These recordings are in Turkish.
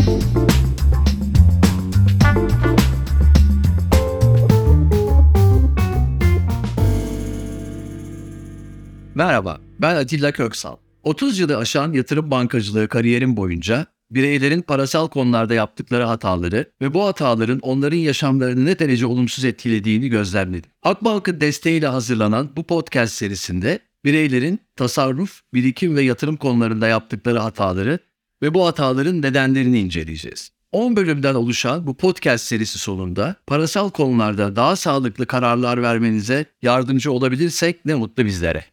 Merhaba, ben Atilla Köksal. 30 yılı aşan yatırım bankacılığı kariyerim boyunca bireylerin parasal konularda yaptıkları hataları ve bu hataların onların yaşamlarını ne derece olumsuz etkilediğini gözlemledim. Akbank'ın desteğiyle hazırlanan bu podcast serisinde bireylerin tasarruf, birikim ve yatırım konularında yaptıkları hataları ve bu hataların nedenlerini inceleyeceğiz. 10 bölümden oluşan bu podcast serisi sonunda parasal konularda daha sağlıklı kararlar vermenize yardımcı olabilirsek ne mutlu bizlere.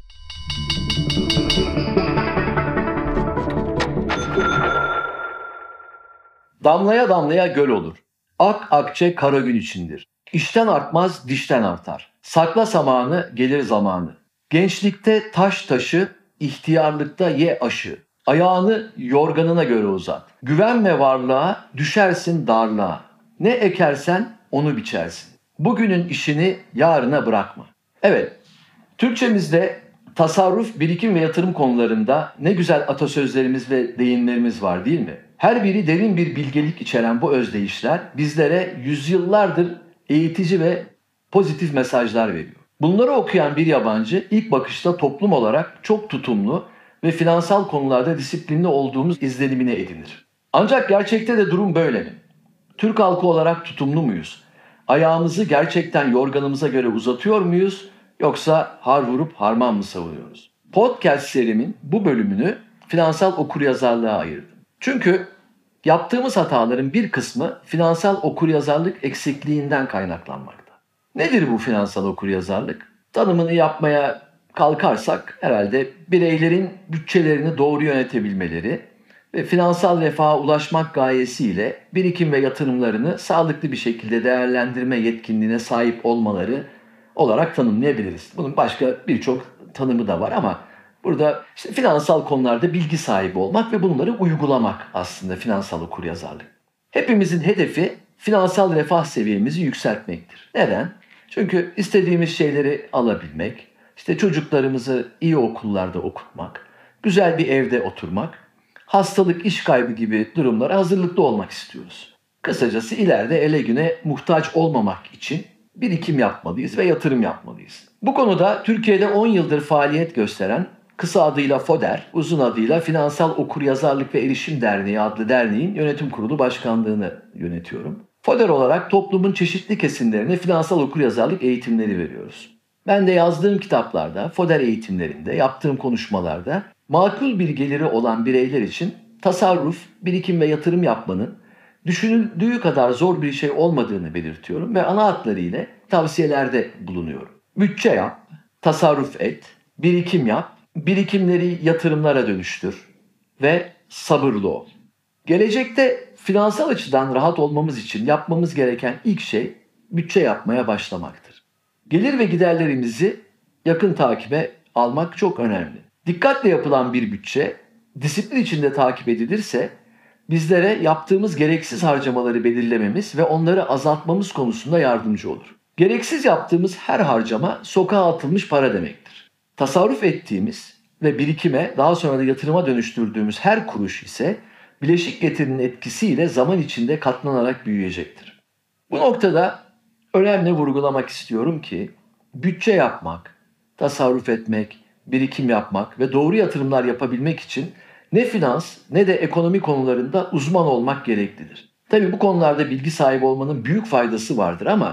Damlaya damlaya göl olur. Ak akçe kara gün içindir. İşten artmaz dişten artar. Sakla samanı gelir zamanı. Gençlikte taş taşı, ihtiyarlıkta ye aşı. Ayağını yorganına göre uzat. Güvenme varlığa, düşersin darlığa. Ne ekersen onu biçersin. Bugünün işini yarına bırakma. Evet, Türkçemizde tasarruf, birikim ve yatırım konularında ne güzel atasözlerimiz ve deyimlerimiz var değil mi? Her biri derin bir bilgelik içeren bu özdeyişler bizlere yüzyıllardır eğitici ve pozitif mesajlar veriyor. Bunları okuyan bir yabancı ilk bakışta toplum olarak çok tutumlu ve finansal konularda disiplinli olduğumuz izlenimine edinir. Ancak gerçekte de durum böyle mi? Türk halkı olarak tutumlu muyuz? Ayağımızı gerçekten yorganımıza göre uzatıyor muyuz? Yoksa har vurup harman mı savuruyoruz? Podcast serimin bu bölümünü finansal okuryazarlığa ayırdım. Çünkü yaptığımız hataların bir kısmı finansal okuryazarlık eksikliğinden kaynaklanmakta. Nedir bu finansal okuryazarlık? Tanımını yapmaya kalkarsak herhalde bireylerin bütçelerini doğru yönetebilmeleri ve finansal refaha ulaşmak gayesiyle birikim ve yatırımlarını sağlıklı bir şekilde değerlendirme yetkinliğine sahip olmaları olarak tanımlayabiliriz. Bunun başka birçok tanımı da var ama burada işte finansal konularda bilgi sahibi olmak ve bunları uygulamak aslında finansal okuryazarlık. Hepimizin hedefi finansal refah seviyemizi yükseltmektir. Neden? Çünkü istediğimiz şeyleri alabilmek, işte çocuklarımızı iyi okullarda okutmak, güzel bir evde oturmak, hastalık, iş kaybı gibi durumlara hazırlıklı olmak istiyoruz. Kısacası ileride ele güne muhtaç olmamak için birikim yapmalıyız ve yatırım yapmalıyız. Bu konuda Türkiye'de 10 yıldır faaliyet gösteren, kısa adıyla FODER, uzun adıyla Finansal Okuryazarlık ve Erişim Derneği adlı derneğin yönetim kurulu başkanlığını yönetiyorum. FODER olarak toplumun çeşitli kesimlerine finansal okuryazarlık eğitimleri veriyoruz. Ben de yazdığım kitaplarda, FODER eğitimlerinde, yaptığım konuşmalarda makul bir geliri olan bireyler için tasarruf, birikim ve yatırım yapmanın düşünüldüğü kadar zor bir şey olmadığını belirtiyorum ve ana hatlarıyla tavsiyelerde bulunuyorum. Bütçe yap, tasarruf et, birikim yap, birikimleri yatırımlara dönüştür ve sabırlı ol. Gelecekte finansal açıdan rahat olmamız için yapmamız gereken ilk şey bütçe yapmaya başlamaktır. Gelir ve giderlerimizi yakın takibe almak çok önemli. Dikkatle yapılan bir bütçe, disiplin içinde takip edilirse bizlere yaptığımız gereksiz harcamaları belirlememiz ve onları azaltmamız konusunda yardımcı olur. Gereksiz yaptığımız her harcama sokağa atılmış para demektir. Tasarruf ettiğimiz ve birikime daha sonra da yatırıma dönüştürdüğümüz her kuruş ise bileşik getirinin etkisiyle zaman içinde katlanarak büyüyecektir. Bu noktada önemli vurgulamak istiyorum ki bütçe yapmak, tasarruf etmek, birikim yapmak ve doğru yatırımlar yapabilmek için ne finans ne de ekonomi konularında uzman olmak gereklidir. Tabii bu konularda bilgi sahibi olmanın büyük faydası vardır ama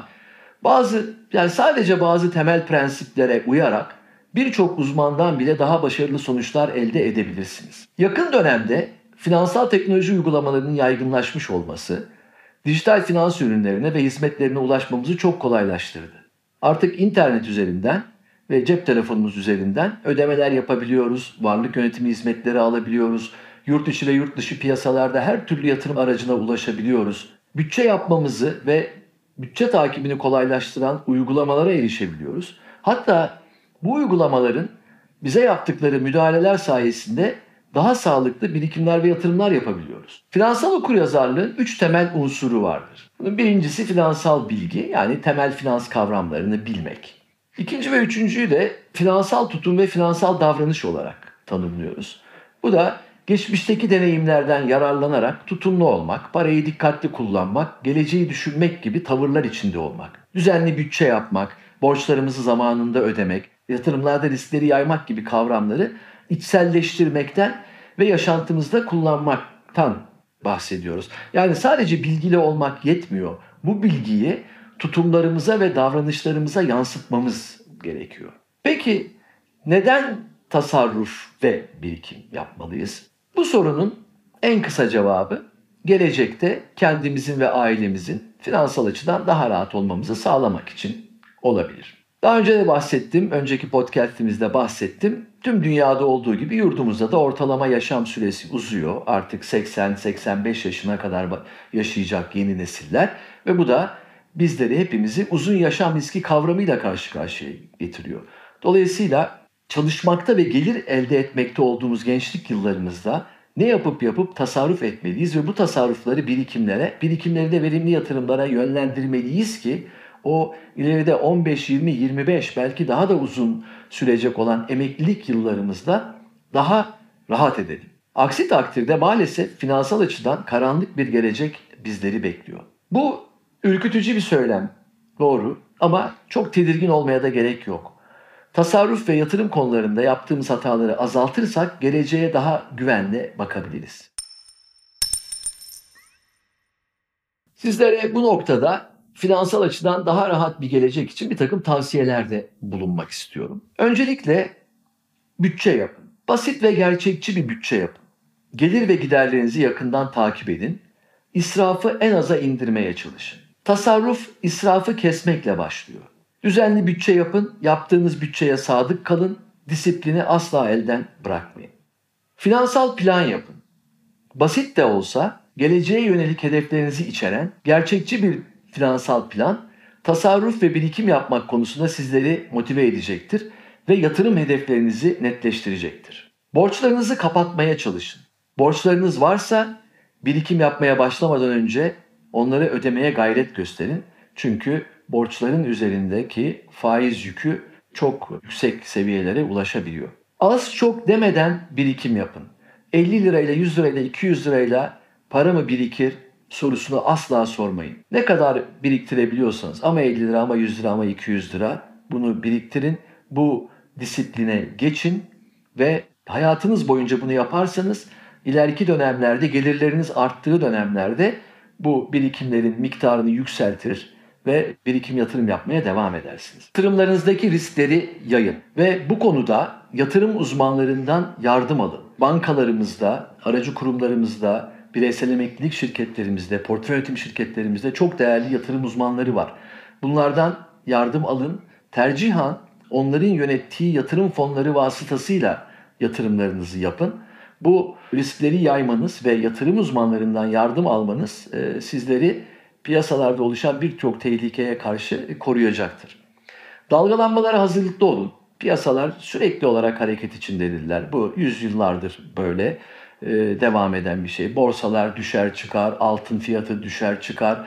sadece bazı temel prensiplere uyarak birçok uzmandan bile daha başarılı sonuçlar elde edebilirsiniz. Yakın dönemde finansal teknoloji uygulamalarının yaygınlaşmış olması, dijital finans ürünlerine ve hizmetlerine ulaşmamızı çok kolaylaştırdı. Artık internet üzerinden ve cep telefonumuz üzerinden ödemeler yapabiliyoruz, varlık yönetimi hizmetleri alabiliyoruz, yurt içi ve yurt dışı piyasalarda her türlü yatırım aracına ulaşabiliyoruz. Bütçe yapmamızı ve bütçe takibini kolaylaştıran uygulamalara erişebiliyoruz. Hatta bu uygulamaların bize yaptıkları müdahaleler sayesinde daha sağlıklı birikimler ve yatırımlar yapabiliyoruz. Finansal okuryazarlığın 3 temel unsuru vardır. Bunun birincisi finansal bilgi, yani temel finans kavramlarını bilmek. İkinci ve üçüncüyü de finansal tutum ve finansal davranış olarak tanımlıyoruz. Bu da Geçmişteki deneyimlerden yararlanarak tutumlu olmak, parayı dikkatli kullanmak, geleceği düşünmek gibi tavırlar içinde olmak, düzenli bütçe yapmak, borçlarımızı zamanında ödemek, yatırımlarda riskleri yaymak gibi kavramları içselleştirmekten ve yaşantımızda kullanmaktan bahsediyoruz. Yani sadece bilgili olmak yetmiyor. Bu bilgiyi tutumlarımıza ve davranışlarımıza yansıtmamız gerekiyor. Peki neden tasarruf ve birikim yapmalıyız? Bu sorunun en kısa cevabı gelecekte kendimizin ve ailemizin finansal açıdan daha rahat olmamızı sağlamak için olabilir. Daha önce de bahsettim, önceki podcastimizde bahsettim. Tüm dünyada olduğu gibi yurdumuzda da ortalama yaşam süresi uzuyor. Artık 80-85 yaşına kadar yaşayacak yeni nesiller ve bu da bizleri hepimizi uzun yaşam riski kavramıyla karşı karşıya getiriyor. Dolayısıyla çalışmakta ve gelir elde etmekte olduğumuz gençlik yıllarımızda ne yapıp tasarruf etmeliyiz ve bu tasarrufları birikimleri de verimli yatırımlara yönlendirmeliyiz ki o ileride 15, 20, 25 belki daha da uzun sürecek olan emeklilik yıllarımızda daha rahat edelim. Aksi takdirde maalesef finansal açıdan karanlık bir gelecek bizleri bekliyor. Bu ürkütücü bir söylem, doğru, ama çok tedirgin olmaya da gerek yok. Tasarruf ve yatırım konularında yaptığımız hataları azaltırsak geleceğe daha güvenle bakabiliriz. Sizlere bu noktada finansal açıdan daha rahat bir gelecek için bir takım tavsiyelerde bulunmak istiyorum. Öncelikle bütçe yapın. Basit ve gerçekçi bir bütçe yapın. Gelir ve giderlerinizi yakından takip edin. İsrafı en aza indirmeye çalışın. Tasarruf israfı kesmekle başlıyor. Düzenli bütçe yapın, yaptığınız bütçeye sadık kalın, disiplini asla elden bırakmayın. Finansal plan yapın. Basit de olsa geleceğe yönelik hedeflerinizi içeren gerçekçi bir finansal plan, tasarruf ve birikim yapmak konusunda sizleri motive edecektir ve yatırım hedeflerinizi netleştirecektir. Borçlarınızı kapatmaya çalışın. Borçlarınız varsa birikim yapmaya başlamadan önce onları ödemeye gayret gösterin. Çünkü borçların üzerindeki faiz yükü çok yüksek seviyelere ulaşabiliyor. Az çok demeden birikim yapın. 50 lirayla, 100 lirayla, 200 lirayla para mı birikir sorusunu asla sormayın. Ne kadar biriktirebiliyorsanız, ama 50 lira, ama 100 lira, ama 200 lira, bunu biriktirin. Bu disipline geçin ve hayatınız boyunca bunu yaparsanız ileriki dönemlerde, gelirleriniz arttığı dönemlerde bu birikimlerin miktarını yükseltir ve birikim yatırım yapmaya devam edersiniz. Yatırımlarınızdaki riskleri yayın ve bu konuda yatırım uzmanlarından yardım alın. Bankalarımızda, aracı kurumlarımızda, bireysel emeklilik şirketlerimizde, portföy yönetim şirketlerimizde çok değerli yatırım uzmanları var. Bunlardan yardım alın. Tercihen onların yönettiği yatırım fonları vasıtasıyla yatırımlarınızı yapın. Bu riskleri yaymanız ve yatırım uzmanlarından yardım almanız sizleri piyasalarda oluşan birçok tehlikeye karşı koruyacaktır. Dalgalanmalara hazırlıklı olun. Piyasalar sürekli olarak hareket içindedirler. Bu yüzyıllardır böyle devam eden bir şey. Borsalar düşer çıkar, altın fiyatı düşer çıkar,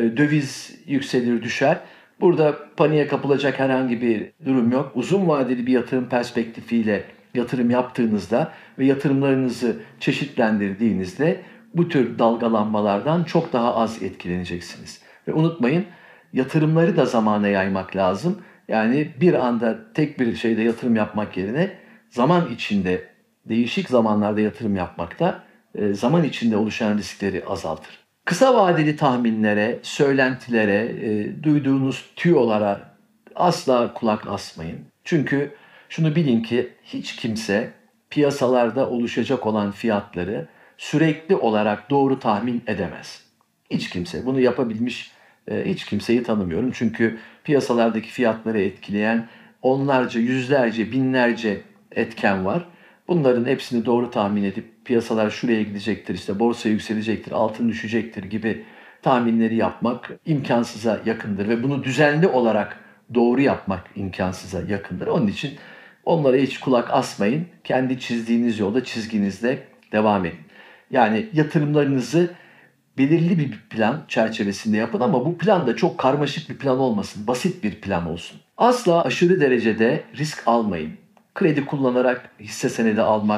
döviz yükselir düşer. Burada paniğe kapılacak herhangi bir durum yok. Uzun vadeli bir yatırım perspektifiyle yatırım yaptığınızda ve yatırımlarınızı çeşitlendirdiğinizde bu tür dalgalanmalardan çok daha az etkileneceksiniz. Ve unutmayın, yatırımları da zamana yaymak lazım. Yani bir anda tek bir şeyde yatırım yapmak yerine zaman içinde, değişik zamanlarda yatırım yapmak da zaman içinde oluşan riskleri azaltır. Kısa vadeli tahminlere, söylentilere, duyduğunuz tüyolara asla kulak asmayın. Çünkü şunu bilin ki hiç kimse piyasalarda oluşacak olan fiyatları sürekli olarak doğru tahmin edemez. Hiç kimse bunu yapabilmiş hiç kimseyi tanımıyorum. Çünkü piyasalardaki fiyatları etkileyen onlarca, yüzlerce, binlerce etken var. Bunların hepsini doğru tahmin edip piyasalar şuraya gidecektir, işte borsa yükselecektir, altın düşecektir gibi tahminleri yapmak imkansıza yakındır ve bunu düzenli olarak doğru yapmak imkansıza yakındır. Onun için onlara hiç kulak asmayın. Kendi çizdiğiniz yolda, çizginizde devam edin. Yani yatırımlarınızı belirli bir plan çerçevesinde yapın ama bu plan da çok karmaşık bir plan olmasın. Basit bir plan olsun. Asla aşırı derecede risk almayın. Kredi kullanarak hisse senedi almak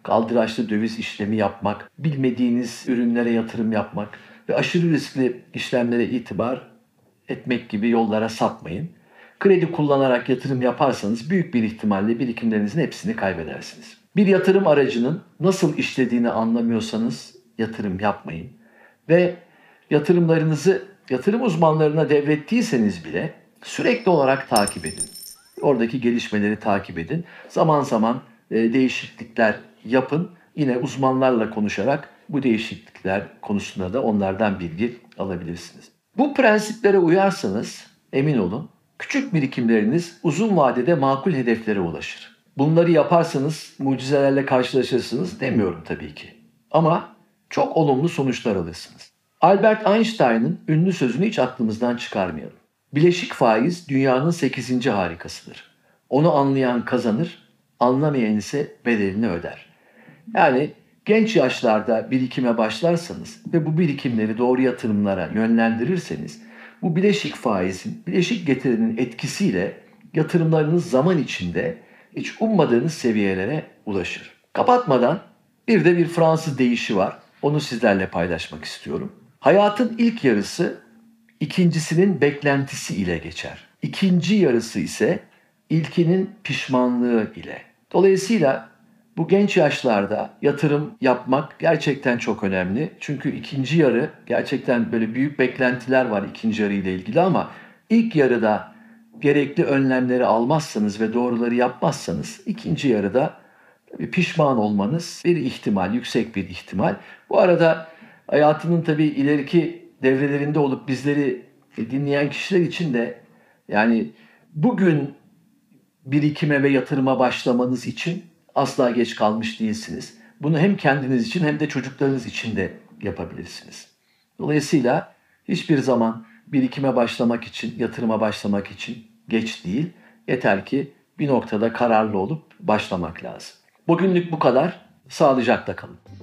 kaldıraçlı döviz işlemi yapmak, bilmediğiniz ürünlere yatırım yapmak ve aşırı riskli işlemlere itibar etmek gibi yollara sapmayın. Kredi kullanarak yatırım yaparsanız büyük bir ihtimalle birikimlerinizin hepsini kaybedersiniz. Bir yatırım aracının nasıl işlediğini anlamıyorsanız yatırım yapmayın. Ve yatırımlarınızı yatırım uzmanlarına devrettiyseniz bile sürekli olarak takip edin. Oradaki gelişmeleri takip edin. Zaman zaman değişiklikler yapın. Yine uzmanlarla konuşarak bu değişiklikler konusunda da onlardan bilgi alabilirsiniz. Bu prensiplere uyarsanız emin olun küçük birikimleriniz uzun vadede makul hedeflere ulaşır. Bunları yaparsanız mucizelerle karşılaşırsınız demiyorum tabii ki. Ama çok olumlu sonuçlar alırsınız. Albert Einstein'ın ünlü sözünü hiç aklımızdan çıkarmayalım. Bileşik faiz dünyanın 8. harikasıdır. Onu anlayan kazanır, anlamayan ise bedelini öder. Yani genç yaşlarda birikime başlarsanız ve bu birikimleri doğru yatırımlara yönlendirirseniz bu bileşik faizin, bileşik getirinin etkisiyle yatırımlarınız zaman içinde hiç ummadığınız seviyelere ulaşır. Kapatmadan bir Fransız deyişi var. Onu sizlerle paylaşmak istiyorum. Hayatın ilk yarısı ikincisinin beklentisi ile geçer. İkinci yarısı ise ilkinin pişmanlığı ile. Dolayısıyla bu genç yaşlarda yatırım yapmak gerçekten çok önemli. Çünkü ikinci yarı gerçekten böyle büyük beklentiler var ikinci yarı ile ilgili ama ilk yarıda gerekli önlemleri almazsanız ve doğruları yapmazsanız ikinci yarıda tabii pişman olmanız bir ihtimal, yüksek bir ihtimal. Bu arada hayatının tabii ileriki devrelerinde olup bizleri dinleyen kişiler için de yani bugün birikime ve yatırıma başlamanız için asla geç kalmış değilsiniz. Bunu hem kendiniz için hem de çocuklarınız için de yapabilirsiniz. Dolayısıyla hiçbir zaman birikime başlamak için, yatırıma başlamak için geç değil. Yeter ki bir noktada kararlı olup başlamak lazım. Bugünlük bu kadar. Sağlıcakla kalın.